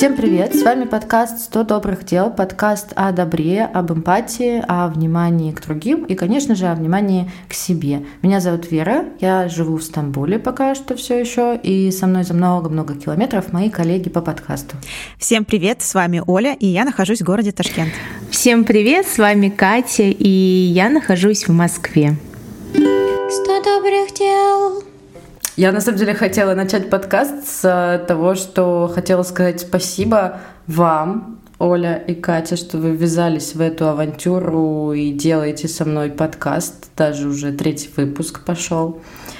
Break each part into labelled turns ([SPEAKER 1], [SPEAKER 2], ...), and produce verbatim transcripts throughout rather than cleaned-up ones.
[SPEAKER 1] Всем привет! С вами подкаст «сто добрых дел», подкаст о добре, об эмпатии, о внимании к другим и, конечно же, о внимании к себе. Меня зовут Вера, я живу в Стамбуле пока что все еще, и со мной за много-много километров мои коллеги по подкасту.
[SPEAKER 2] Всем привет, с вами Оля, и я нахожусь в городе Ташкент.
[SPEAKER 3] Всем привет, с вами Катя, и я нахожусь в Москве.
[SPEAKER 4] «сто добрых дел».
[SPEAKER 1] Я, на самом деле, хотела начать подкаст с того, что хотела сказать спасибо вам, Оля и Катя, что вы ввязались в эту авантюру и делаете со мной подкаст. Даже уже третий выпуск пошел.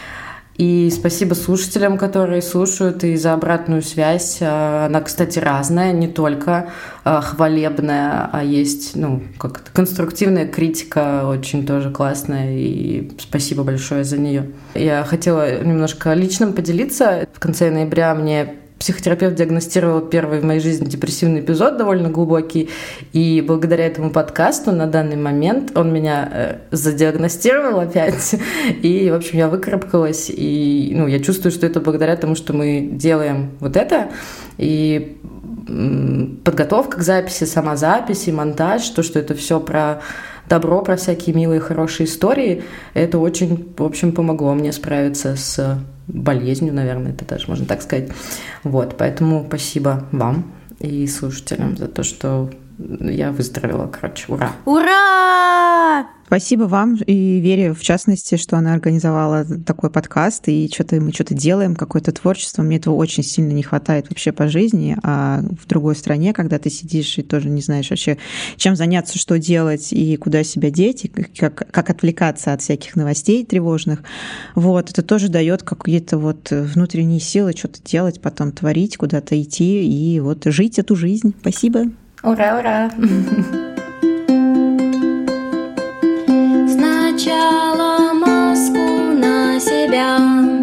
[SPEAKER 1] И спасибо слушателям, которые слушают, и за обратную связь. Она, кстати, разная, не только хвалебная, а есть, ну, как-то конструктивная критика, очень тоже классная, и спасибо большое за нее. Я хотела немножко личным поделиться. В конце ноября мне психотерапевт диагностировал первый в моей жизни депрессивный эпизод, довольно глубокий, и благодаря этому подкасту на данный момент он меня э, задиагностировал опять, и, в общем, я выкарабкалась, и, ну, я чувствую, что это благодаря тому, что мы делаем вот это, и м- подготовка к записи, сама запись и монтаж, то, что это все про добро, про всякие милые, хорошие истории, это очень, в общем, помогло мне справиться с болезнью, наверное, это даже можно так сказать. Вот, поэтому спасибо вам и слушателям за то, что я выздоровела, короче, ура!
[SPEAKER 3] Ура!
[SPEAKER 2] Спасибо вам и Вере, в частности, что она организовала такой подкаст, и что-то мы что-то делаем, какое-то творчество. Мне этого очень сильно не хватает вообще по жизни, а в другой стране, когда ты сидишь и тоже не знаешь вообще, чем заняться, что делать и куда себя деть, и как, как отвлекаться от всяких новостей тревожных, вот, это тоже дает какие-то вот внутренние силы что-то делать, потом творить, куда-то идти и вот жить эту жизнь. Спасибо!
[SPEAKER 1] Ура, ура!
[SPEAKER 4] Сначала маску на себя.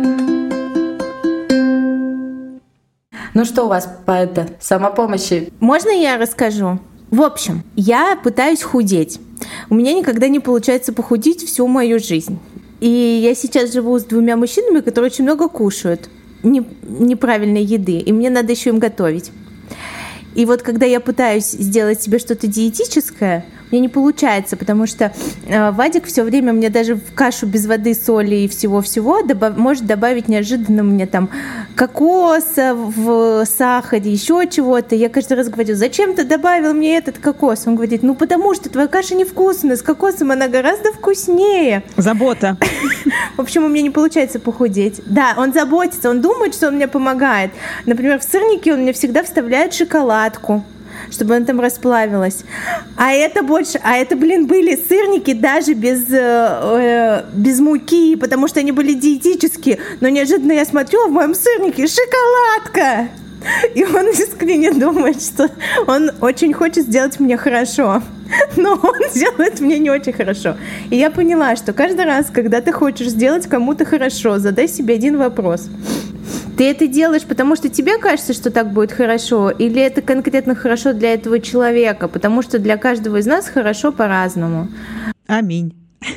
[SPEAKER 1] Ну что у вас по это, самопомощи?
[SPEAKER 3] Можно я расскажу? В общем, я пытаюсь худеть. У меня никогда не получается похудеть всю мою жизнь. И я сейчас живу с двумя мужчинами, которые очень много кушают не, неправильной еды, и мне надо еще им готовить. И вот когда я пытаюсь сделать себе что-то диетическое, мне не получается, потому что э, Вадик все время мне даже в кашу без воды, соли и всего-всего добав- может добавить неожиданно мне там кокоса в сахаре, еще чего-то. Я каждый раз говорю: зачем ты добавил мне этот кокос? Он говорит: ну потому что твоя каша невкусная, с кокосом она гораздо вкуснее.
[SPEAKER 2] Забота.
[SPEAKER 3] В общем, у меня не получается похудеть. Да, он заботится, он думает, что он мне помогает. Например, в сырники он мне всегда вставляет шоколадку, чтобы она там расплавилась. А это больше, а это, блин, были сырники даже без, э, без муки, потому что они были диетические. Но неожиданно я смотрю, а в моем сырнике шоколадка. И он искренне думает, что он очень хочет сделать мне хорошо. Но он делает мне не очень хорошо. И я поняла, что каждый раз, когда ты хочешь сделать кому-то хорошо, задай себе один вопрос. Ты это делаешь, потому что тебе кажется, что так будет хорошо, или это конкретно хорошо для этого человека? Потому что для каждого из нас хорошо по-разному.
[SPEAKER 2] Аминь.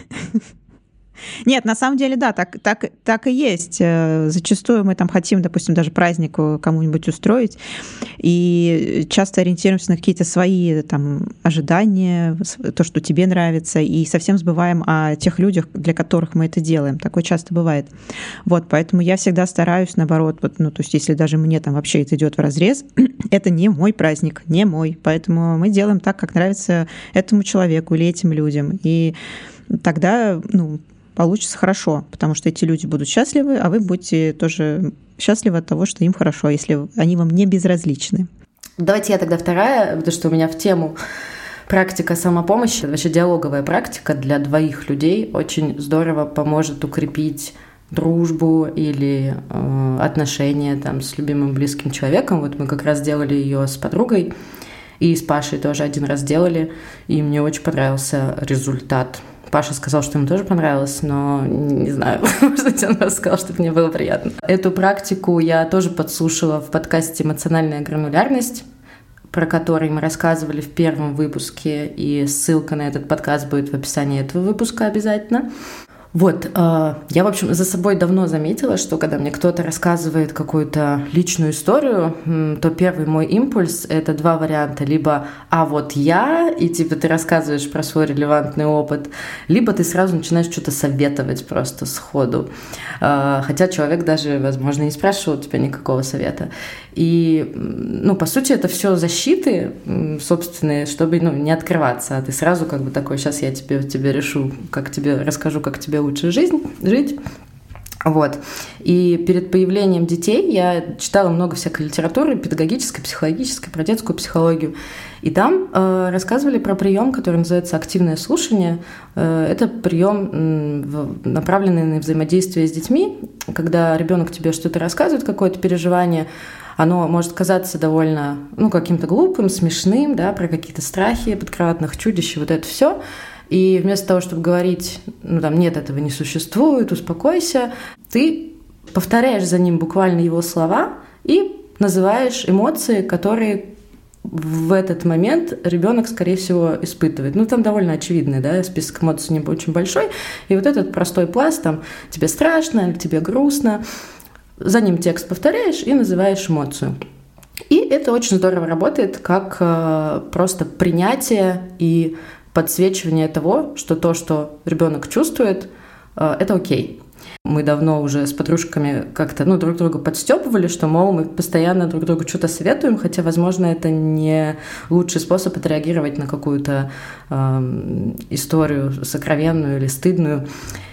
[SPEAKER 2] Нет, на самом деле, да, так, так, так и есть. Зачастую мы там хотим, допустим, даже праздник кому-нибудь устроить, и часто ориентируемся на какие-то свои там ожидания, то, что тебе нравится, и совсем забываем о тех людях, для которых мы это делаем. Такое часто бывает. Вот, поэтому я всегда стараюсь, наоборот, вот, ну, то есть если даже мне там вообще это идет вразрез, это не мой праздник, не мой. Поэтому мы делаем так, как нравится этому человеку или этим людям. И тогда, ну, получится хорошо, потому что эти люди будут счастливы, а вы будете тоже счастливы от того, что им хорошо, если они вам не безразличны.
[SPEAKER 1] Давайте я тогда вторая, потому что у меня в тему практика самопомощи, вообще диалоговая практика для двоих людей очень здорово поможет укрепить дружбу или э, отношения там, с любимым близким человеком. Вот мы как раз делали ее с подругой, и с Пашей тоже один раз делали, и мне очень понравился результат. Паша сказал, что ему тоже понравилось, но не знаю, может быть, он рассказал, что мне было приятно. Эту практику я тоже подслушала в подкасте «Эмоциональная гранулярность», про который мы рассказывали в первом выпуске, и ссылка на этот подкаст будет в описании этого выпуска обязательно. Вот, я, в общем, за собой давно заметила, что когда мне кто-то рассказывает какую-то личную историю, то первый мой импульс — это два варианта. Либо «а вот я», и типа ты рассказываешь про свой релевантный опыт, либо ты сразу начинаешь что-то советовать просто сходу. Хотя человек даже, возможно, не спрашивал у тебя никакого совета. И, ну, по сути, это все защиты собственные, чтобы, ну, не открываться. А ты сразу как бы такой: сейчас я тебе, тебе решу, как тебе расскажу, как тебе лучше жизнь, жить. Вот. И перед появлением детей я читала много всякой литературы, педагогической, психологической, про детскую психологию. И там э, рассказывали про прием, который называется активное слушание. Э, это прием, э, направленный на взаимодействие с детьми. Когда ребенок тебе что-то рассказывает, какое-то переживание, оно может казаться довольно, ну, каким-то глупым, смешным, да, про какие-то страхи, подкроватных чудищ, вот это все. И вместо того, чтобы говорить, ну, там, нет, этого не существует, успокойся, ты повторяешь за ним буквально его слова и называешь эмоции, которые в этот момент ребенок, скорее всего, испытывает. Ну, там довольно очевидный, да, список эмоций не очень большой. И вот этот простой пласт, там, тебе страшно, тебе грустно, за ним текст повторяешь и называешь эмоцию. И это очень здорово работает, как э, просто принятие и подсвечивание того, что то, что ребенок чувствует, это окей. Мы давно уже с подружками как-то, ну, друг друга подстёпывали, что, мол, мы постоянно друг другу что-то советуем, хотя, возможно, это не лучший способ отреагировать на какую-то э, историю сокровенную или стыдную.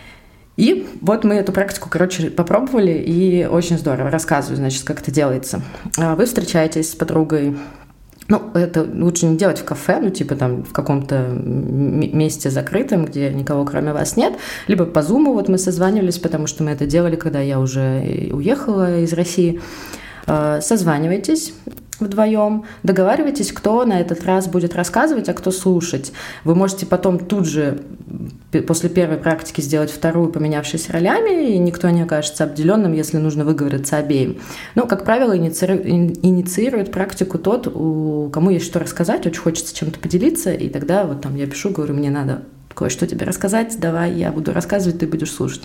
[SPEAKER 1] И вот мы эту практику, короче, попробовали, и очень здорово. Рассказываю, значит, как это делается. Вы встречаетесь с подругой. Ну, это лучше не делать в кафе, ну, типа там в каком-то месте закрытом, где никого кроме вас нет, либо по Зуму, вот мы созванивались, потому что мы это делали, когда я уже уехала из России. Созванивайтесь вдвоем, договаривайтесь, кто на этот раз будет рассказывать, а кто слушать. Вы можете потом тут же после первой практики сделать вторую, поменявшись ролями, и никто не окажется обделенным, если нужно выговориться обеим. Но, как правило, инициирует, инициирует практику тот, у кому есть что рассказать, очень хочется чем-то поделиться, и тогда вот там я пишу, говорю, мне надо кое-что тебе рассказать, давай я буду рассказывать, ты будешь слушать.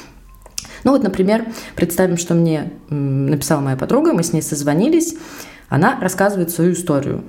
[SPEAKER 1] Ну вот, например, представим, что мне написала моя подруга, мы с ней созвонились, она рассказывает свою историю.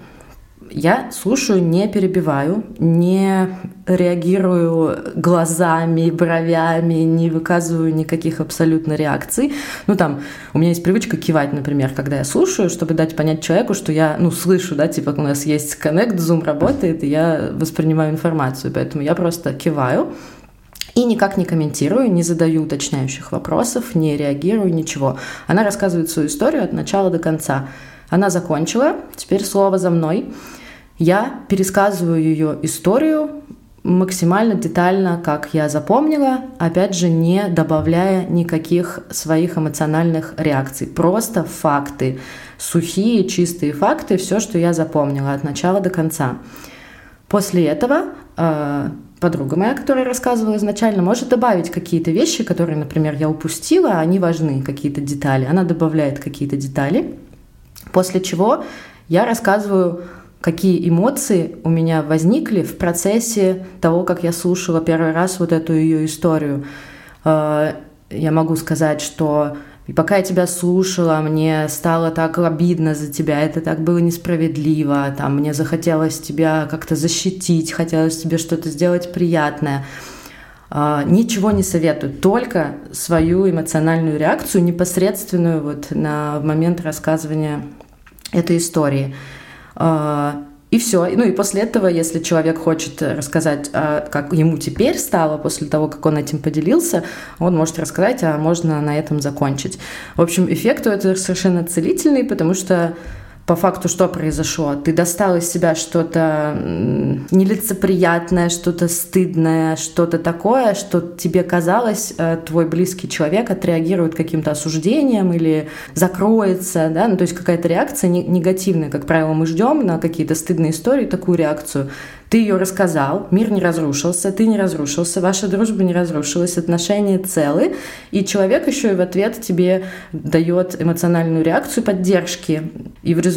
[SPEAKER 1] Я слушаю, не перебиваю, не реагирую глазами, бровями, не выказываю никаких абсолютно реакций. Ну, там, у меня есть привычка кивать, например, когда я слушаю, чтобы дать понять человеку, что я, ну, слышу, да, типа у нас есть Connect, Zoom работает, и я воспринимаю информацию, поэтому я просто киваю и никак не комментирую, не задаю уточняющих вопросов, не реагирую, ничего. Она рассказывает свою историю от начала до конца. Она закончила, теперь слово за мной. Я пересказываю ее историю максимально детально, как я запомнила, опять же, не добавляя никаких своих эмоциональных реакций. Просто факты, сухие, чистые факты, все, что я запомнила от начала до конца. После этого э, подруга моя, которая рассказывала изначально, может добавить какие-то вещи, которые, например, я упустила, они важны, какие-то детали. Она добавляет какие-то детали. После чего я рассказываю, какие эмоции у меня возникли в процессе того, как я слушала первый раз вот эту ее историю. Я могу сказать, что пока я тебя слушала, мне стало так обидно за тебя, это так было несправедливо, там, мне захотелось тебя как-то защитить, хотелось тебе что-то сделать приятное. Ничего не советую, только свою эмоциональную реакцию, непосредственную вот на момент рассказывания этой истории. И все. Ну и после этого, если человек хочет рассказать, как ему теперь стало после того, как он этим поделился, он может рассказать, а можно на этом закончить. В общем, эффект у этого совершенно целительный, потому что по факту что произошло? Ты достал из себя что-то нелицеприятное, что-то стыдное, что-то такое, что тебе казалось, твой близкий человек отреагирует каким-то осуждением или закроется, да, ну, то есть какая-то реакция негативная. Как правило, мы ждем на какие-то стыдные истории такую реакцию. Ты ее рассказал, мир не разрушился, ты не разрушился, ваша дружба не разрушилась, отношения целы, и человек еще и в ответ тебе дает эмоциональную реакцию поддержки. И в результате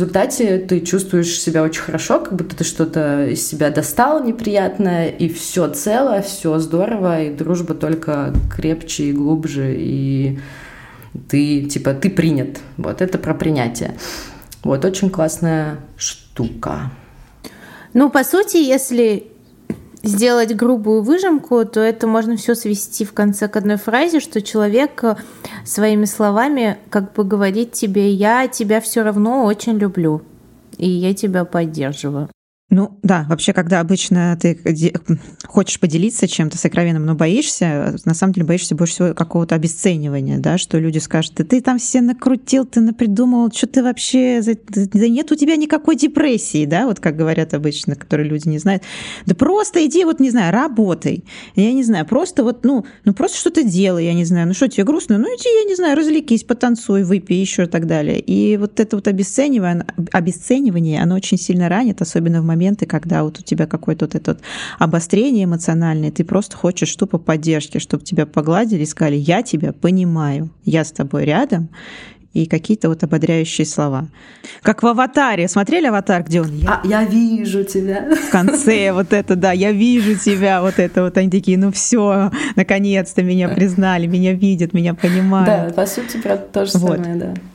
[SPEAKER 1] результате ты чувствуешь себя очень хорошо, как будто ты что-то из себя достал неприятное, и все цело, все здорово, и дружба только крепче и глубже, и ты, типа, ты принят. Вот это про принятие. Вот, очень классная штука.
[SPEAKER 3] Ну, по сути, если сделать грубую выжимку, то это можно все свести в конце к одной фразе, что человек своими словами как бы говорит тебе: я тебя все равно очень люблю, и я тебя поддерживаю.
[SPEAKER 2] Ну да, вообще, когда обычно ты хочешь поделиться чем-то сокровенным, но боишься, на самом деле боишься больше всего какого-то обесценивания, да, что люди скажут: да ты там все накрутил, ты напридумывал, что ты вообще, да нет у тебя никакой депрессии, да, вот как говорят обычно, которые люди не знают. Да просто иди, вот не знаю, работай, я не знаю, просто вот, ну, ну просто что-то делай, я не знаю, ну что тебе грустно, ну иди, я не знаю, развлекись, потанцуй, выпей, еще и так далее. И вот это вот обесценивание, обесценивание, оно очень сильно ранит, особенно в моменты, когда вот у тебя какое-то вот это вот обострение эмоциональное, ты просто хочешь тупо поддержки, чтобы тебя погладили и сказали: я тебя понимаю, я с тобой рядом, и какие-то вот ободряющие слова. Как в «Аватаре». Смотрели «Аватар», где он?
[SPEAKER 1] Я, а, я вижу тебя.
[SPEAKER 2] В конце вот это, да, я вижу тебя, вот это вот, они такие: ну все, наконец-то меня признали, меня видят, меня понимают.
[SPEAKER 1] Да, по сути, про то же
[SPEAKER 2] вот.
[SPEAKER 1] самое, да.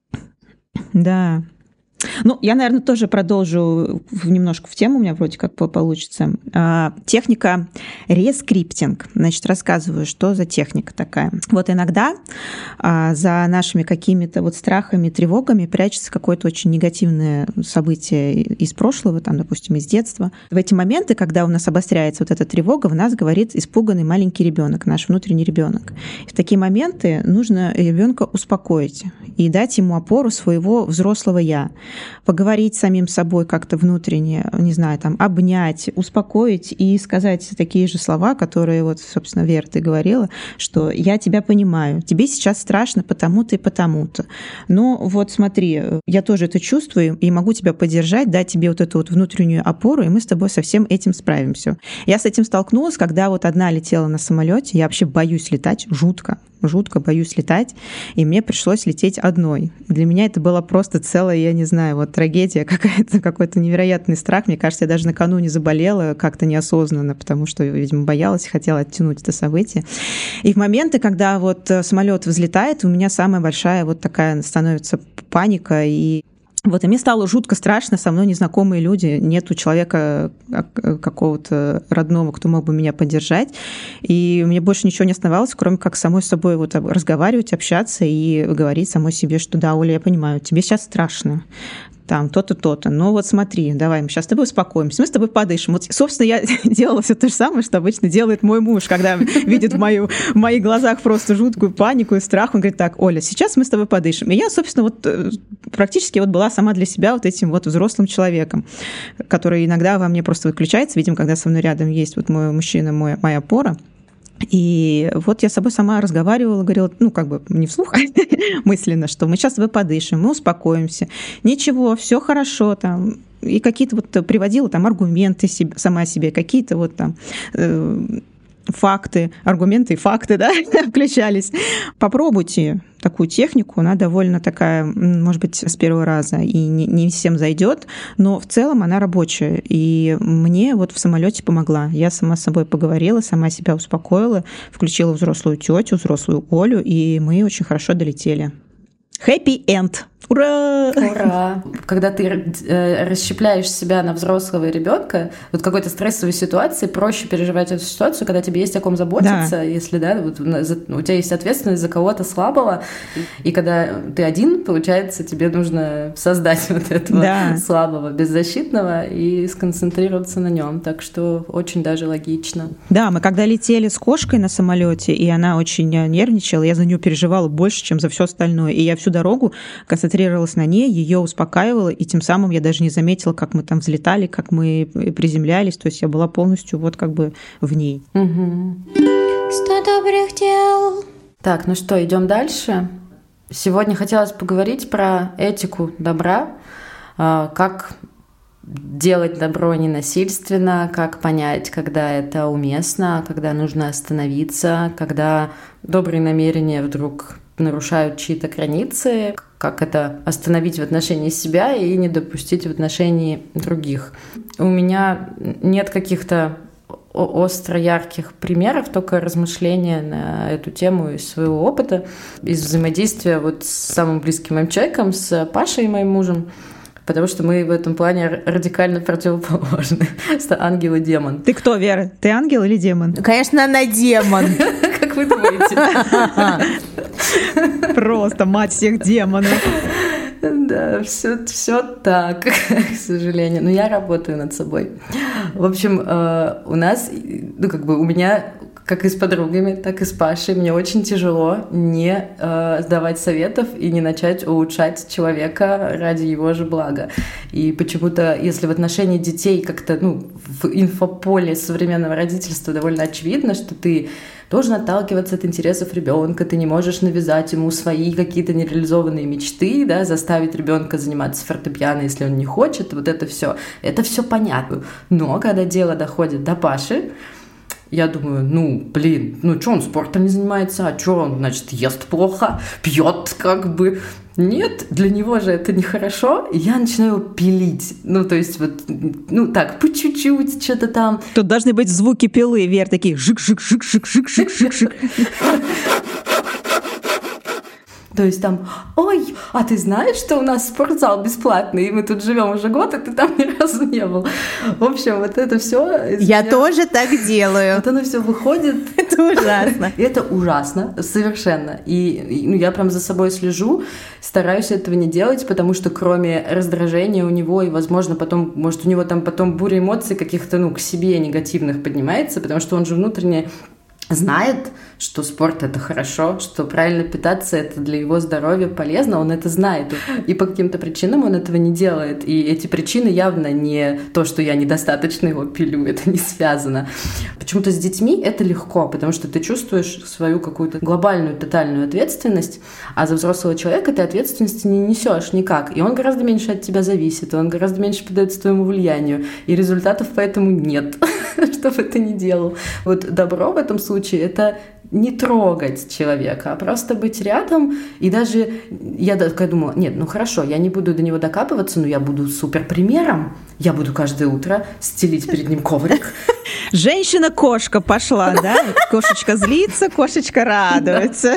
[SPEAKER 2] Да. Ну, я, наверное, тоже продолжу немножко в тему, у меня вроде как получится. Техника рескриптинг. Значит, рассказываю, что за техника такая. Вот иногда за нашими какими-то вот страхами, тревогами прячется какое-то очень негативное событие из прошлого, там, допустим, из детства. В эти моменты, когда у нас обостряется вот эта тревога, в нас говорит испуганный маленький ребенок, наш внутренний ребенок. В такие моменты нужно ребенка успокоить и дать ему опору своего взрослого «я». Поговорить с самим собой как-то внутренне, не знаю, там, обнять, успокоить и сказать такие же слова, которые вот, собственно, Вера, ты говорила, что я тебя понимаю, тебе сейчас страшно потому-то и потому-то. Но вот смотри, я тоже это чувствую и могу тебя поддержать, дать тебе вот эту вот внутреннюю опору, и мы с тобой со всем этим справимся. Я с этим столкнулась, когда вот одна летела на самолете, я вообще боюсь летать, жутко. Жутко боюсь летать, и мне пришлось лететь одной. Для меня это была просто целая, я не знаю, вот трагедия какая-то, какой-то невероятный страх. Мне кажется, я даже накануне заболела как-то неосознанно, потому что, видимо, боялась, хотела оттянуть это событие. И в моменты, когда вот самолет взлетает, у меня самая большая вот такая становится паника, и вот, и мне стало жутко страшно, со мной незнакомые люди, нету человека какого-то родного, кто мог бы меня поддержать, и мне больше ничего не оставалось, кроме как самой с собой вот разговаривать, общаться и говорить самой себе, что да, Оля, я понимаю, тебе сейчас страшно, там то-то, то-то, но вот смотри, давай, мы сейчас с тобой успокоимся, мы с тобой подышим. Вот, собственно, я делала все то же самое, что обычно делает мой муж, когда видит в, мою, в моих глазах просто жуткую панику и страх, он говорит: так, Оля, сейчас мы с тобой подышим. И я, собственно, вот практически вот была сама для себя вот этим вот взрослым человеком, который иногда во мне просто выключается, видимо, когда со мной рядом есть вот мой мужчина, мой, моя опора. И вот я с собой сама разговаривала, говорила, ну, как бы не вслух, а мысленно, что мы сейчас с тобой подышим, мы успокоимся. Ничего, все хорошо там. И какие-то вот приводила там аргументы себе, сама себе, какие-то вот там э, факты, аргументы и факты, да, включались. Попробуйте такую технику, она довольно такая, может быть, с первого раза и не, не всем зайдет, но в целом она рабочая. И мне вот в самолете помогла. Я сама с собой поговорила, сама себя успокоила, включила взрослую тетю, взрослую Олю, и мы очень хорошо долетели. Happy end! Ура!
[SPEAKER 1] Ура! Когда ты э, расщепляешь себя на взрослого и ребенка, вот в какой-то стрессовой ситуации проще переживать эту ситуацию, когда тебе есть о ком заботиться, да. Если да, вот, у тебя есть ответственность за кого-то слабого, и когда ты один, получается, тебе нужно создать вот этого да. слабого, беззащитного и сконцентрироваться на нем. Так что очень даже логично.
[SPEAKER 2] Да, мы когда летели с кошкой на самолете, и она очень нервничала, я за нее переживала больше, чем за все остальное, и я всю дорогу концентрировалась на ней, ее успокаивала, и тем самым я даже не заметила, как мы там взлетали, как мы приземлялись, то есть я была полностью вот как бы в ней.
[SPEAKER 1] Угу.
[SPEAKER 4] Сто добрых дел.
[SPEAKER 1] Так, ну что, идем дальше. Сегодня хотелось поговорить про этику добра, как делать добро ненасильственно, как понять, когда это уместно, когда нужно остановиться, когда добрые намерения вдруг нарушают чьи-то границы, как это остановить в отношении себя и не допустить в отношении других. У меня нет каких-то остро ярких примеров, только размышления на эту тему из своего опыта, из взаимодействия вот с самым близким моим человеком, с Пашей, моим мужем, потому что мы в этом плане радикально противоположны. Что ангел и демон.
[SPEAKER 2] Ты кто, Вера? Ты ангел или демон?
[SPEAKER 3] Конечно, она демон.
[SPEAKER 1] Как вы думаете?
[SPEAKER 2] Просто мать всех демонов.
[SPEAKER 1] Да, все, все так, к сожалению. Но я работаю над собой. В общем, у нас, ну как бы у меня, как и с подругами, так и с Пашей, мне очень тяжело не э, сдавать советов и не начать улучшать человека ради его же блага. И почему-то, если в отношении детей как-то, ну, в инфополе современного родительства довольно очевидно, что ты должен отталкиваться от интересов ребенка, ты не можешь навязать ему свои какие-то нереализованные мечты, да, заставить ребенка заниматься фортепиано, если он не хочет, вот это все, это все понятно. Но когда дело доходит до Паши, я думаю, ну, блин, ну что он спортом не занимается, а что он, значит, ест плохо, пьет как бы. Нет, для него же это нехорошо, и я начинаю его пилить. Ну, то есть вот, ну так, по чуть-чуть, что-то там.
[SPEAKER 2] Тут должны быть звуки пилы, Вер, такие жик-жик-жик-жик-жик-жик-жик-жик.
[SPEAKER 1] То есть там, ой, а ты знаешь, что у нас спортзал бесплатный, и мы тут живем уже год, и ты там ни разу не был. В общем, вот это все.
[SPEAKER 3] Я меня... тоже так делаю.
[SPEAKER 1] Вот оно все выходит.
[SPEAKER 3] Это ужасно.
[SPEAKER 1] Это ужасно, совершенно. И ну, я прям за собой слежу, стараюсь этого не делать, потому что кроме раздражения у него, и, возможно, потом, может, у него там потом буря эмоций каких-то, ну, к себе негативных поднимается, потому что он же внутренне знает, что спорт — это хорошо, что правильно питаться — это для его здоровья полезно, он это знает. И по каким-то причинам он этого не делает. И эти причины явно не то, что я недостаточно его пилю, это не связано. Почему-то с детьми это легко, потому что ты чувствуешь свою какую-то глобальную, тотальную ответственность, а за взрослого человека ты ответственности не несешь никак. И он гораздо меньше от тебя зависит, он гораздо меньше поддается твоему влиянию. И результатов поэтому нет, что бы ты ни делал. Вот добро в этом случае — это не трогать человека, а просто быть рядом. И даже я такая думала, нет, ну хорошо, я не буду до него докапываться, но я буду супер примером. Я буду каждое утро стелить перед ним коврик.
[SPEAKER 2] Женщина-кошка пошла, да? Кошечка злится, кошечка радуется.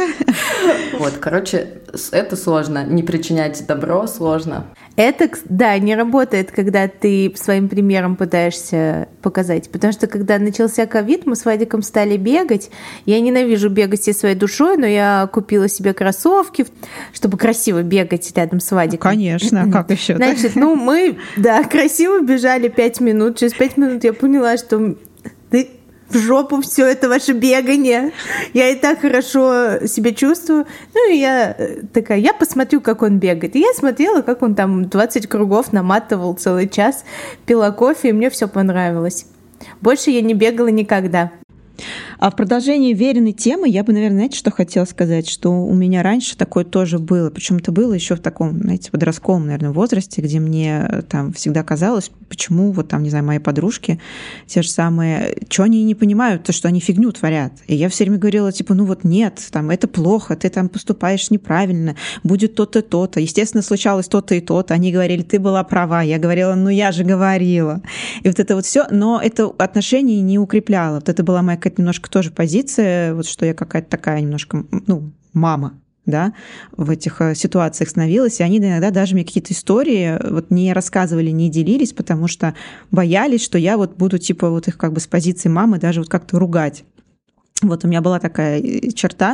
[SPEAKER 1] Вот, короче, это сложно. Не причинять добро сложно.
[SPEAKER 3] Это, да, не работает, когда ты своим примером пытаешься показать. Потому что, когда начался ковид, мы с Вадиком стали бегать. Я ненавижу бегать всей своей душой, но я купила себе кроссовки, чтобы красиво бегать рядом с Вадиком.
[SPEAKER 2] Ну, конечно, а как еще?
[SPEAKER 3] Значит, ну мы, да, красиво бежали пять минут. Через пять минут я поняла, что ты в жопу все это ваше бегание. Я и так хорошо себя чувствую. Ну, и я такая, я посмотрю, как он бегает. И я смотрела, как он там двадцать кругов наматывал целый час, пила кофе, и мне все понравилось. Больше я не бегала никогда.
[SPEAKER 2] А в продолжении Вериной темы я бы, наверное, знаете, что хотела сказать, что у меня раньше такое тоже было. Причем это было еще в таком, знаете, подростковом, наверное, возрасте, где мне там всегда казалось, почему вот там, не знаю, мои подружки, те же самые, что они не понимают, то, что они фигню творят. И я все время говорила, типа, ну вот нет, там это плохо, ты там поступаешь неправильно, будет то-то, то-то. Естественно, случалось то-то и то-то. Они говорили, ты была права. Я говорила, ну я же говорила. И вот это вот все, но это отношения не укрепляло. Вот это была моя какая-то немножко тоже позиция, вот что я какая-то такая немножко, ну, мама, да, в этих ситуациях становилась, и они иногда даже мне какие-то истории вот не рассказывали, не делились, потому что боялись, что я вот буду типа вот их как бы с позиции мамы даже вот как-то ругать. Вот у меня была такая черта,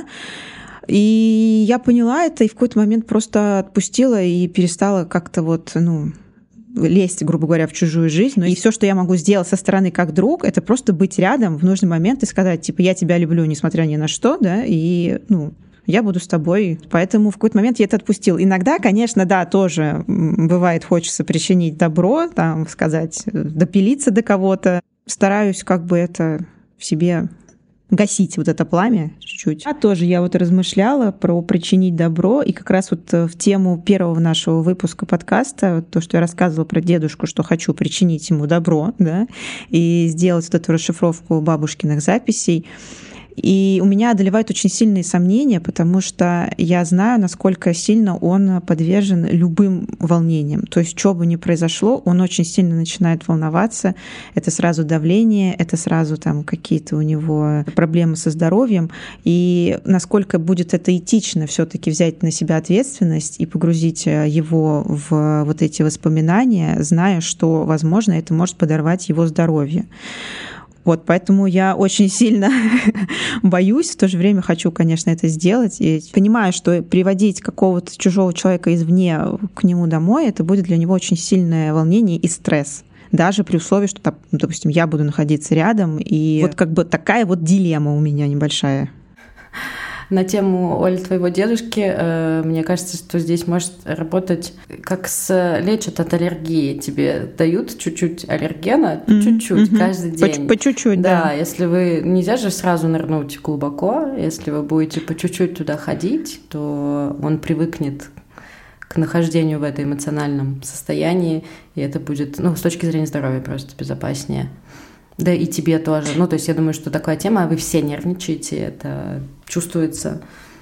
[SPEAKER 2] и я поняла это, и в какой-то момент просто отпустила и перестала как-то вот, ну, лезть, грубо говоря, в чужую жизнь. Но и все, что я могу сделать со стороны как друг, это просто быть рядом в нужный момент и сказать, типа, я тебя люблю, несмотря ни на что, да, и, ну, я буду с тобой. Поэтому в какой-то момент я это отпустила. Иногда, конечно, да, тоже бывает, хочется причинить добро, там, сказать, допилиться до кого-то. Стараюсь как бы это в себе гасить, вот это пламя чуть-чуть. А тоже я вот размышляла про причинить добро, и как раз вот в тему первого нашего выпуска подкаста, то, что я рассказывала про дедушку, что хочу причинить ему добро, да, и сделать вот эту расшифровку бабушкиных записей. И у меня одолевают очень сильные сомнения, потому что я знаю, насколько сильно он подвержен любым волнениям. То есть, что бы ни произошло, он очень сильно начинает волноваться. Это сразу давление, это сразу там какие-то у него проблемы со здоровьем. И насколько будет это этично все-таки взять на себя ответственность и погрузить его в вот эти воспоминания, зная, что, возможно, это может подорвать его здоровье. Вот, поэтому я очень сильно боюсь, в то же время хочу, конечно, это сделать. И понимаю, что приводить какого-то чужого человека извне к нему домой, это будет для него очень сильное волнение и стресс. Даже при условии, что, допустим, я буду находиться рядом. И вот как бы такая вот дилемма у меня небольшая.
[SPEAKER 1] На тему, Оль, твоего дедушки, э, мне кажется, что здесь может работать, как с лечат от аллергии. Тебе дают чуть-чуть аллергена, mm-hmm. чуть-чуть, mm-hmm. каждый день.
[SPEAKER 2] По, по чуть-чуть, да.
[SPEAKER 1] Да, если вы... Нельзя же сразу нырнуть глубоко. Если вы будете по чуть-чуть туда ходить, то он привыкнет к нахождению в этом эмоциональном состоянии, и это будет, ну, с точки зрения здоровья просто безопаснее. Да и тебе тоже. Ну, то есть я думаю, что такая тема, вы все нервничаете, это чувствуется.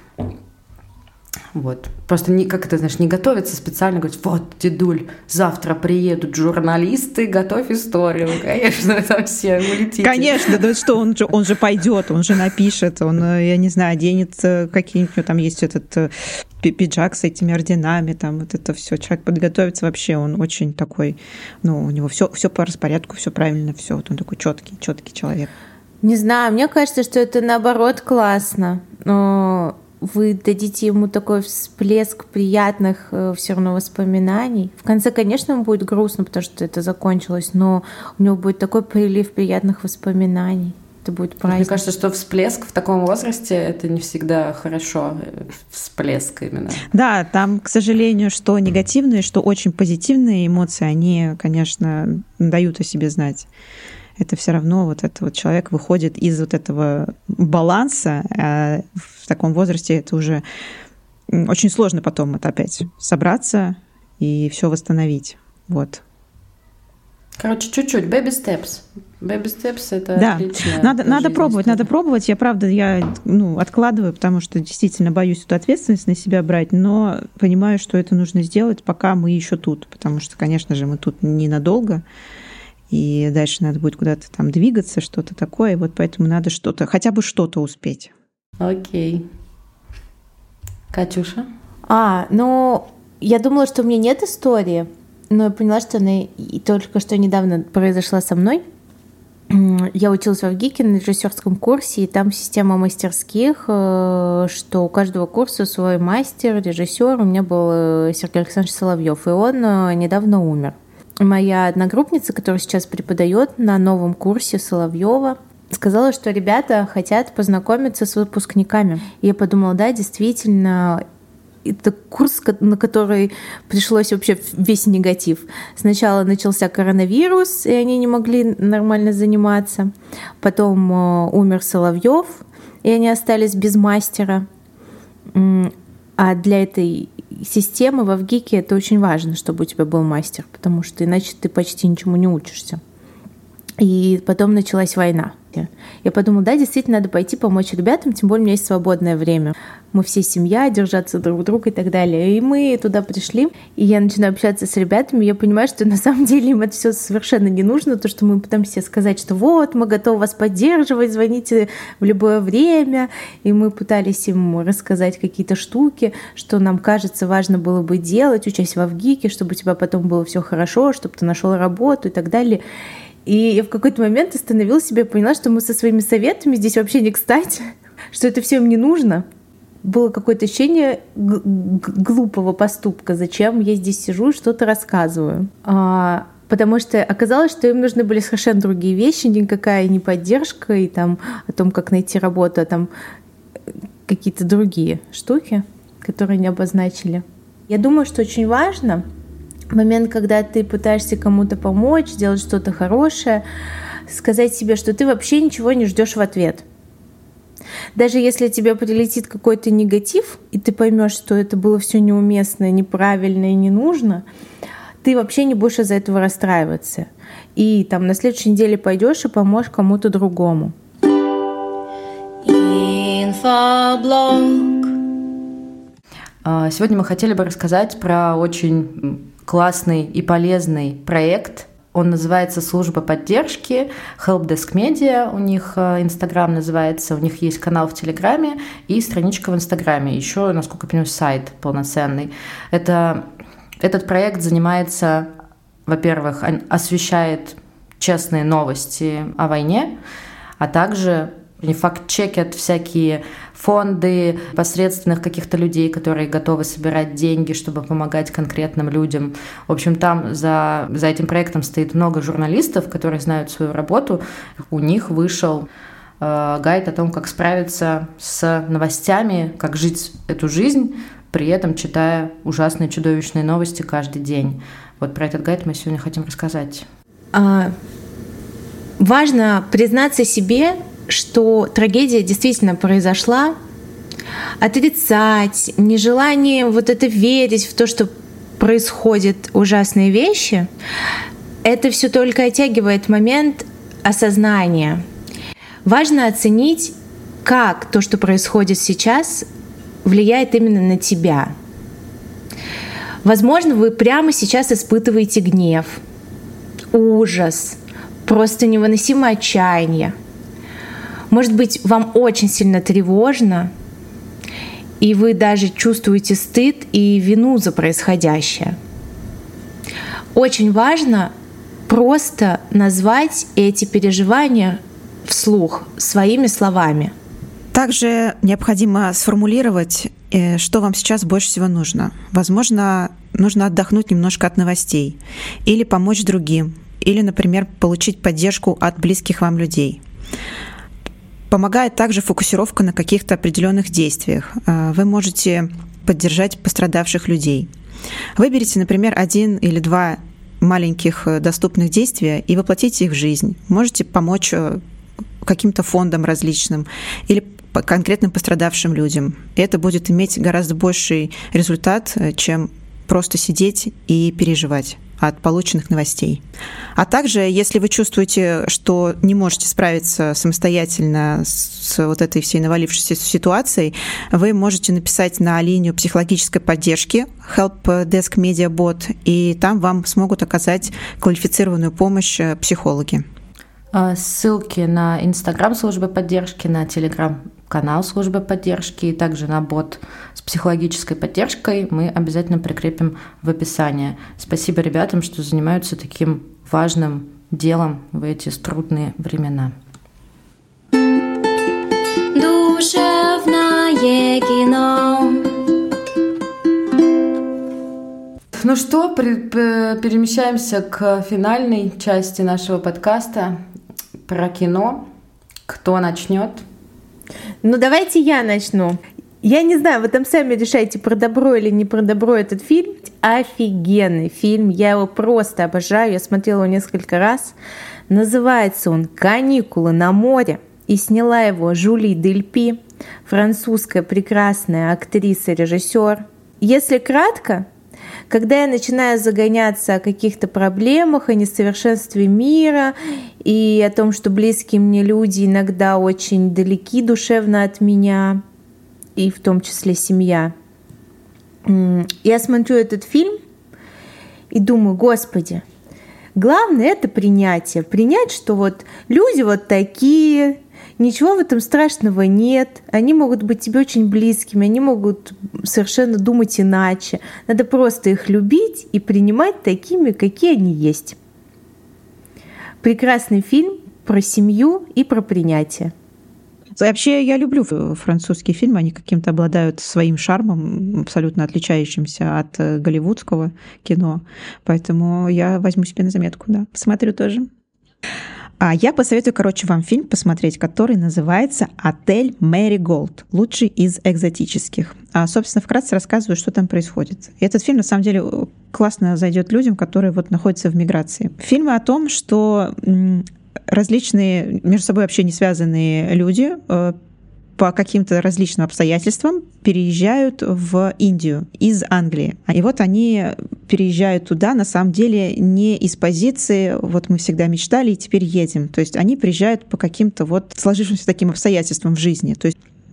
[SPEAKER 1] Вот. Просто, не, как это, знаешь, не готовиться специально, говорить, вот, дедуль, завтра приедут журналисты, готовь историю. Конечно, там все улетите.
[SPEAKER 2] Конечно, да что, он же, он же пойдет, он же напишет, он, я не знаю, оденет какие-нибудь, там есть этот пиджак с этими орденами, там вот это все. Человек подготовится вообще, он очень такой, ну, у него все, все по распорядку, все правильно, все. Вот он такой четкий, четкий человек.
[SPEAKER 3] Не знаю, мне кажется, что это наоборот классно. Но вы дадите ему такой всплеск приятных э, все равно воспоминаний. В конце, конечно, ему будет грустно, потому что это закончилось, но у него будет такой прилив приятных воспоминаний. Это будет праздник.
[SPEAKER 1] Мне кажется, что всплеск в таком возрасте — это не всегда хорошо. Всплеск именно.
[SPEAKER 2] Да, там, к сожалению, что негативные, что очень позитивные эмоции, они, конечно, дают о себе знать. Это все равно вот этот вот человек выходит из вот этого баланса, а в таком возрасте это уже очень сложно потом это опять собраться и все восстановить. Вот.
[SPEAKER 1] Короче, чуть-чуть, baby steps. Baby steps — это
[SPEAKER 2] да.
[SPEAKER 1] отлично.
[SPEAKER 2] Надо, надо пробовать, история. надо пробовать. Я, правда, я ну, откладываю, потому что действительно боюсь эту ответственность на себя брать, но понимаю, что это нужно сделать, пока мы еще тут, потому что, конечно же, мы тут ненадолго, и дальше надо будет куда-то там двигаться, что-то такое, и вот поэтому надо что-то, хотя бы что-то успеть.
[SPEAKER 1] Окей. Катюша?
[SPEAKER 3] А, ну, я думала, что у меня нет истории, но я поняла, что она и только что недавно произошла со мной. Я училась в ВГИКе на режиссерском курсе, и там система мастерских, что у каждого курса свой мастер, режиссер. У меня был Сергей Александрович Соловьев, и он недавно умер. Моя одногруппница, которая сейчас преподает на новом курсе Соловьева, сказала, что ребята хотят познакомиться с выпускниками. И я подумала, да, действительно, это курс, на который пришлось вообще весь негатив. Сначала начался коронавирус, и они не могли нормально заниматься. Потом умер Соловьев, и они остались без мастера. А для этой системы во ВГИКе это очень важно, чтобы у тебя был мастер, потому что иначе ты почти ничему не учишься. И потом началась война. Я подумала, да, действительно, надо пойти помочь ребятам, тем более у меня есть свободное время. Мы все семья, держаться друг друга и так далее. И мы туда пришли, и я начинаю общаться с ребятами, и я понимаю, что на самом деле им это все совершенно не нужно, то, что мы пытаемся сказать, что вот, мы готовы вас поддерживать, звоните в любое время. И мы пытались им рассказать какие-то штуки, что нам кажется важно было бы делать, учась во ВГИКе, чтобы у тебя потом было все хорошо, чтобы ты нашел работу и так далее. И я в какой-то момент остановила себя и поняла, что мы со своими советами здесь вообще не кстати, что это все им не нужно. Было какое-то ощущение г- г- глупого поступка. Зачем я здесь сижу и что-то рассказываю? А, потому что оказалось, что им нужны были совершенно другие вещи, никакая не поддержка и там о том, как найти работу, а там какие-то другие штуки, которые не обозначили. Я думаю, что очень важно момент, когда ты пытаешься кому-то помочь, сделать что-то хорошее, сказать себе, что ты вообще ничего не ждешь в ответ. Даже если тебе прилетит какой-то негатив, и ты поймешь, что это было все неуместно, неправильно и не нужно, ты вообще не будешь из-за этого расстраиваться. И там на следующей неделе пойдешь и поможешь кому-то другому.
[SPEAKER 4] И инфоблог.
[SPEAKER 1] Сегодня мы хотели бы рассказать про очень классный и полезный проект. Он называется «Служба поддержки», Helpdesk Media, у них Инстаграм называется, у них есть канал в Телеграме и страничка в Инстаграме, еще, насколько я понимаю, сайт полноценный. Это, этот проект занимается, во-первых, освещает честные новости о войне, а также факт-чекят всякие фонды посредственных каких-то людей, которые готовы собирать деньги, чтобы помогать конкретным людям. В общем, там за, за этим проектом стоит много журналистов, которые знают свою работу. У них вышел э, гайд о том, как справиться с новостями, как жить эту жизнь, при этом читая ужасные, чудовищные новости каждый день. Вот про этот гайд мы сегодня хотим рассказать.
[SPEAKER 3] А, важно признаться себе, что трагедия действительно произошла, отрицать, нежелание вот это верить в то, что происходят ужасные вещи, это все только оттягивает момент осознания. Важно оценить, как то, что происходит сейчас, влияет именно на тебя. Возможно, вы прямо сейчас испытываете гнев, ужас, просто невыносимое отчаяние. Может быть, вам очень сильно тревожно, и вы даже чувствуете стыд и вину за происходящее. Очень важно просто назвать эти переживания вслух, своими словами.
[SPEAKER 2] Также необходимо сформулировать, что вам сейчас больше всего нужно. Возможно, нужно отдохнуть немножко от новостей, или помочь другим, или, например, получить поддержку от близких вам людей. Помогает также фокусировка на каких-то определенных действиях. Вы можете поддержать пострадавших людей. Выберите, например, один или два маленьких доступных действия и воплотите их в жизнь. Можете помочь каким-то фондам различным или конкретным пострадавшим людям. И это будет иметь гораздо больший результат, чем просто сидеть и переживать от полученных новостей. А также, если вы чувствуете, что не можете справиться самостоятельно с вот этой всей навалившейся ситуацией, вы можете написать на линию психологической поддержки Helpdesk Media Bot, и там вам смогут оказать квалифицированную помощь психологи.
[SPEAKER 1] Ссылки на Инстаграм службы поддержки, на Телеграм-канал службы поддержки и также на бот с психологической поддержкой мы обязательно прикрепим в описании. Спасибо ребятам, что занимаются таким важным делом в эти трудные времена.
[SPEAKER 4] Душевное кино.
[SPEAKER 1] Ну что, перемещаемся к финальной части нашего подкаста про кино. Кто начнет?
[SPEAKER 3] Ну, давайте я начну. Я не знаю, вы там сами решаете, про добро или не про добро этот фильм. Офигенный фильм, я его просто обожаю, я смотрела его несколько раз. Называется он «Каникулы на море», и сняла его Жюли Дельпи, французская прекрасная актриса, режиссер. Если кратко, когда я начинаю загоняться о каких-то проблемах, о несовершенстве мира и о том, что близкие мне люди иногда очень далеки душевно от меня, и в том числе семья, я смотрю этот фильм и думаю, Господи, главное это принятие. Принять, что вот люди вот такие, ничего в этом страшного нет. Они могут быть тебе очень близкими, они могут совершенно думать иначе. Надо просто их любить и принимать такими, какие они есть. Прекрасный фильм про семью и про принятие.
[SPEAKER 2] Вообще, я люблю французские фильмы, они каким-то обладают своим шармом, абсолютно отличающимся от голливудского кино. Поэтому я возьму себе на заметку, да, посмотрю тоже. А я посоветую, короче, вам фильм посмотреть, который называется «Отель Мэриголд», лучший из экзотических. А, собственно, вкратце рассказываю, что там происходит. И этот фильм, на самом деле, классно зайдет людям, которые вот находятся в миграции. Фильмы о том, что различные, между собой вообще не связанные люди по каким-то различным обстоятельствам переезжают в Индию из Англии. И вот они переезжают туда, на самом деле, не из позиции «вот мы всегда мечтали и теперь едем». То есть они приезжают по каким-то вот сложившимся таким обстоятельствам в жизни. То есть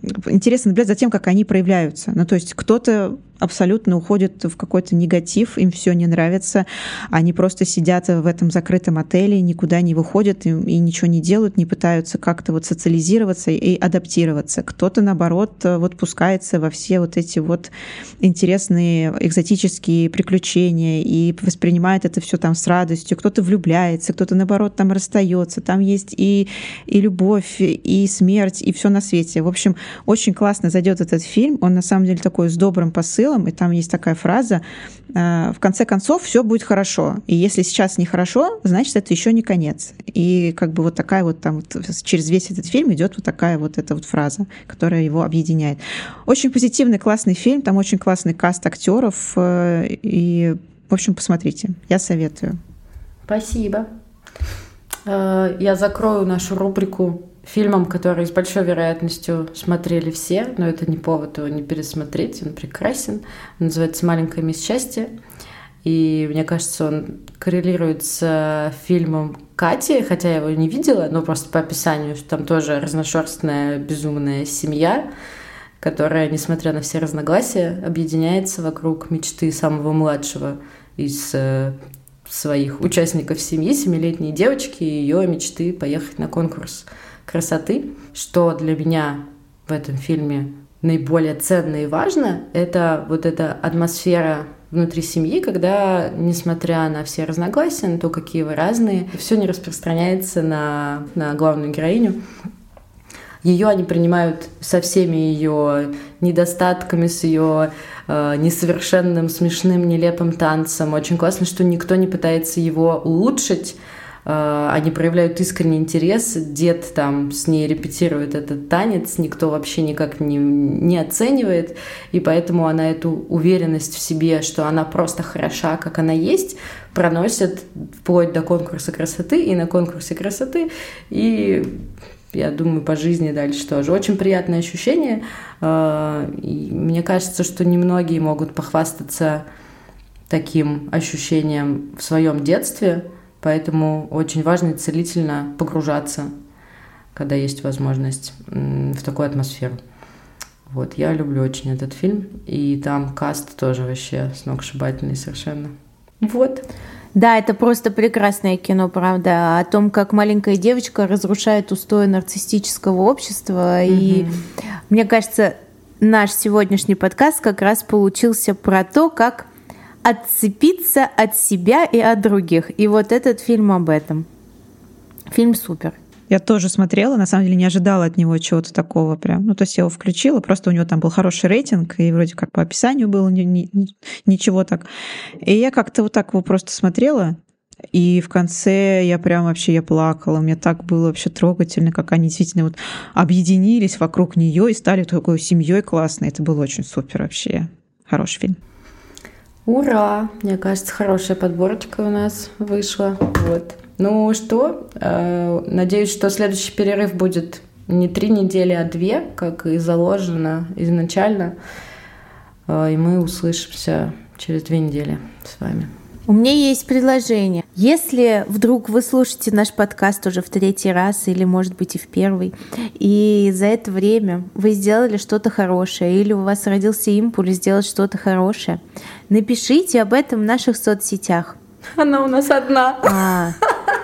[SPEAKER 2] интересно наблюдать за тем, как они проявляются. Ну, то есть кто-то абсолютно уходит в какой-то негатив, им все не нравится, они просто сидят в этом закрытом отеле, никуда не выходят и, и ничего не делают, не пытаются как-то вот социализироваться и адаптироваться. Кто-то, наоборот, вот пускается во все вот эти вот интересные экзотические приключения и воспринимает это все там с радостью. Кто-то влюбляется, кто-то, наоборот, там расстается. Там есть и, и любовь, и смерть, и все на свете. В общем, очень классно зайдет этот фильм. Он на самом деле такой с добрым посылом, и там есть такая фраза: в конце концов все будет хорошо, и если сейчас нехорошо, значит, это еще не конец. И как бы вот такая вот там вот, через весь этот фильм идет вот такая вот эта вот фраза, которая его объединяет. Очень позитивный, классный фильм, там очень классный каст актеров, и, в общем, посмотрите, я советую.
[SPEAKER 1] Спасибо. Я закрою нашу рубрику фильмом, который с большой вероятностью смотрели все, но это не повод его не пересмотреть, он прекрасен. Он называется «Маленькая мисс Счастье», и мне кажется, он коррелирует с фильмом Кати, хотя я его не видела, но просто по описанию, что там тоже разношерстная, безумная семья, которая, несмотря на все разногласия, объединяется вокруг мечты самого младшего из своих участников семьи, семилетней девочки, и ее мечты поехать на конкурс красоты. Что для меня в этом фильме наиболее ценно и важно, это вот эта атмосфера внутри семьи, когда, несмотря на все разногласия, на то, какие вы разные, все не распространяется на, на главную героиню. Ее они принимают со всеми ее недостатками, с ее э, несовершенным, смешным, нелепым танцем. Очень классно, что никто не пытается его улучшить. Они проявляют искренний интерес, дед там с ней репетирует этот танец, никто вообще никак не, не оценивает, и поэтому она эту уверенность в себе, что она просто хороша, как она есть, проносит вплоть до конкурса красоты, и на конкурсе красоты, и я думаю, по жизни дальше тоже. Очень приятное ощущение, и мне кажется, что немногие могут похвастаться таким ощущением в своем детстве. Поэтому очень важно и целительно погружаться, когда есть возможность, в такую атмосферу. Вот, я люблю очень этот фильм, и там каст тоже вообще сногсшибательный совершенно. Вот.
[SPEAKER 3] Да, это просто прекрасное кино, правда, о том, как маленькая девочка разрушает устои нарциссического общества. Mm-hmm. И мне кажется, наш сегодняшний подкаст как раз получился про то, как отцепиться от себя и от других. И вот этот фильм об этом. Фильм супер.
[SPEAKER 2] Я тоже смотрела, на самом деле не ожидала от него чего-то такого прям. Ну, то есть я его включила, просто у него там был хороший рейтинг, и вроде как по описанию было ни, ни, ничего так. И я как-то вот так его просто смотрела, и в конце я прям вообще я плакала. Мне так было вообще трогательно, как они действительно вот объединились вокруг нее и стали такой семьей классной. Это было очень супер вообще. Хороший фильм.
[SPEAKER 1] Ура! Мне кажется, хорошая подборочка у нас вышла. Вот. Ну что, э, надеюсь, что следующий перерыв будет не три недели, а две, как и заложено изначально. Э, и мы услышимся через две недели с вами.
[SPEAKER 3] У меня есть предложение. Если вдруг вы слушаете наш подкаст уже в третий раз или, может быть, и в первый, и за это время вы сделали что-то хорошее или у вас родился импульс сделать что-то хорошее, напишите об этом в наших соцсетях.
[SPEAKER 1] Она у нас одна.
[SPEAKER 3] А,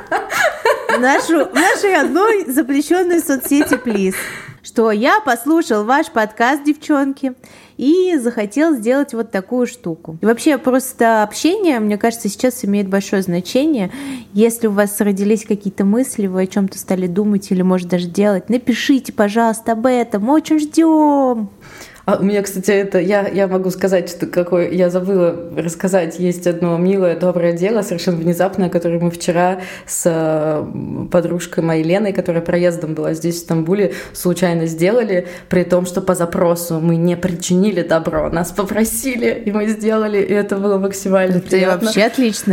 [SPEAKER 3] нашу, в нашей одной запрещенной соцсети, плиз. Что я послушал ваш подкаст, девчонки, и захотел сделать вот такую штуку. И вообще просто общение, мне кажется, сейчас имеет большое значение. Если у вас родились какие-то мысли, вы о чем-то стали думать или, может, даже делать, напишите, пожалуйста, об этом. Мы очень ждем.
[SPEAKER 1] А у меня, кстати, это я, я могу сказать, что какой я забыла рассказать. Есть одно милое, доброе дело, совершенно внезапное, которое мы вчера с подружкой моей Леной, которая проездом была здесь, в Стамбуле, случайно сделали, при том, что по запросу мы не причинили добро. Нас попросили, и мы сделали, и это было максимально
[SPEAKER 3] это
[SPEAKER 1] приятно.
[SPEAKER 3] Вообще отлично.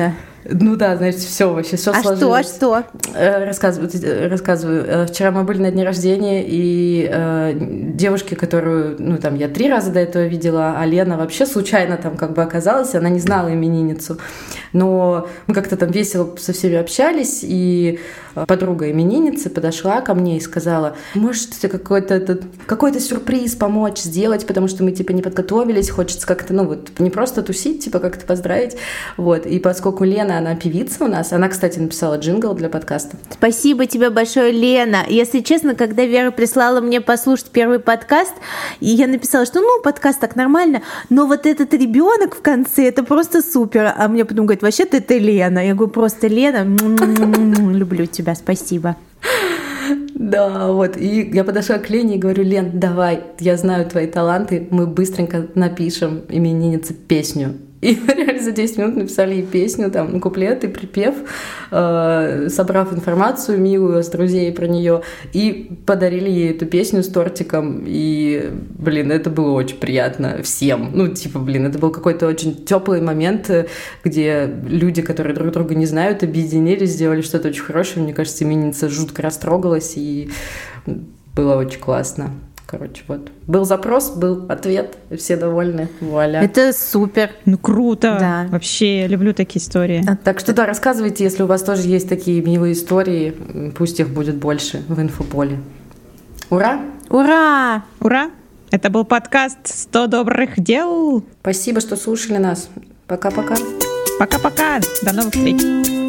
[SPEAKER 1] Ну да, значит, все вообще, все
[SPEAKER 3] А
[SPEAKER 1] сложилось.
[SPEAKER 3] что, а что?
[SPEAKER 1] Рассказываю, рассказываю. Вчера мы были на дне рождения, и э, девушке, которую, ну, там, я три раза до этого видела, а Лена вообще случайно там как бы оказалась, она не знала именинницу. Но мы как-то там весело со всеми общались, и подруга именинницы подошла ко мне и сказала: может, ты какой-то, этот, какой-то сюрприз помочь сделать, потому что мы, типа, не подготовились, хочется как-то, ну, вот, не просто тусить, типа, как-то поздравить. Вот. И поскольку Лена, она певица у нас, она, кстати, написала джингл для подкаста.
[SPEAKER 3] Спасибо тебе большое, Лена. Если честно, когда Вера прислала мне послушать первый подкаст, и я написала, что, ну, подкаст так нормально, но вот этот ребенок в конце, это просто супер. А мне потом говорит: вообще-то это Лена. Я говорю: просто Лена, люблю тебя. Спасибо.
[SPEAKER 1] Да, вот. И я подошла к Лене и говорю: Лен, давай, я знаю твои таланты, мы быстренько напишем имениннице песню. И реально за десять минут написали ей песню, там, куплет и припев, э, собрав информацию милую с друзей про нее, и подарили ей эту песню с тортиком. И, блин, это было очень приятно всем. Ну, типа, блин, это был какой-то очень теплый момент, где люди, которые друг друга не знают, объединились, сделали что-то очень хорошее. Мне кажется, именинница жутко растрогалась, и было очень классно. Короче, вот. Был запрос, был ответ, все довольны. Вуаля.
[SPEAKER 3] Это супер.
[SPEAKER 2] Ну, круто.
[SPEAKER 3] Да.
[SPEAKER 2] Вообще, я люблю такие истории.
[SPEAKER 1] А, так что да, рассказывайте, если у вас тоже есть такие милые истории, пусть их будет больше в инфополе. Ура!
[SPEAKER 3] Ура!
[SPEAKER 2] Ура! Это был подкаст «сто добрых дел».
[SPEAKER 1] Спасибо, что слушали нас. Пока-пока.
[SPEAKER 2] Пока-пока. До новых встреч.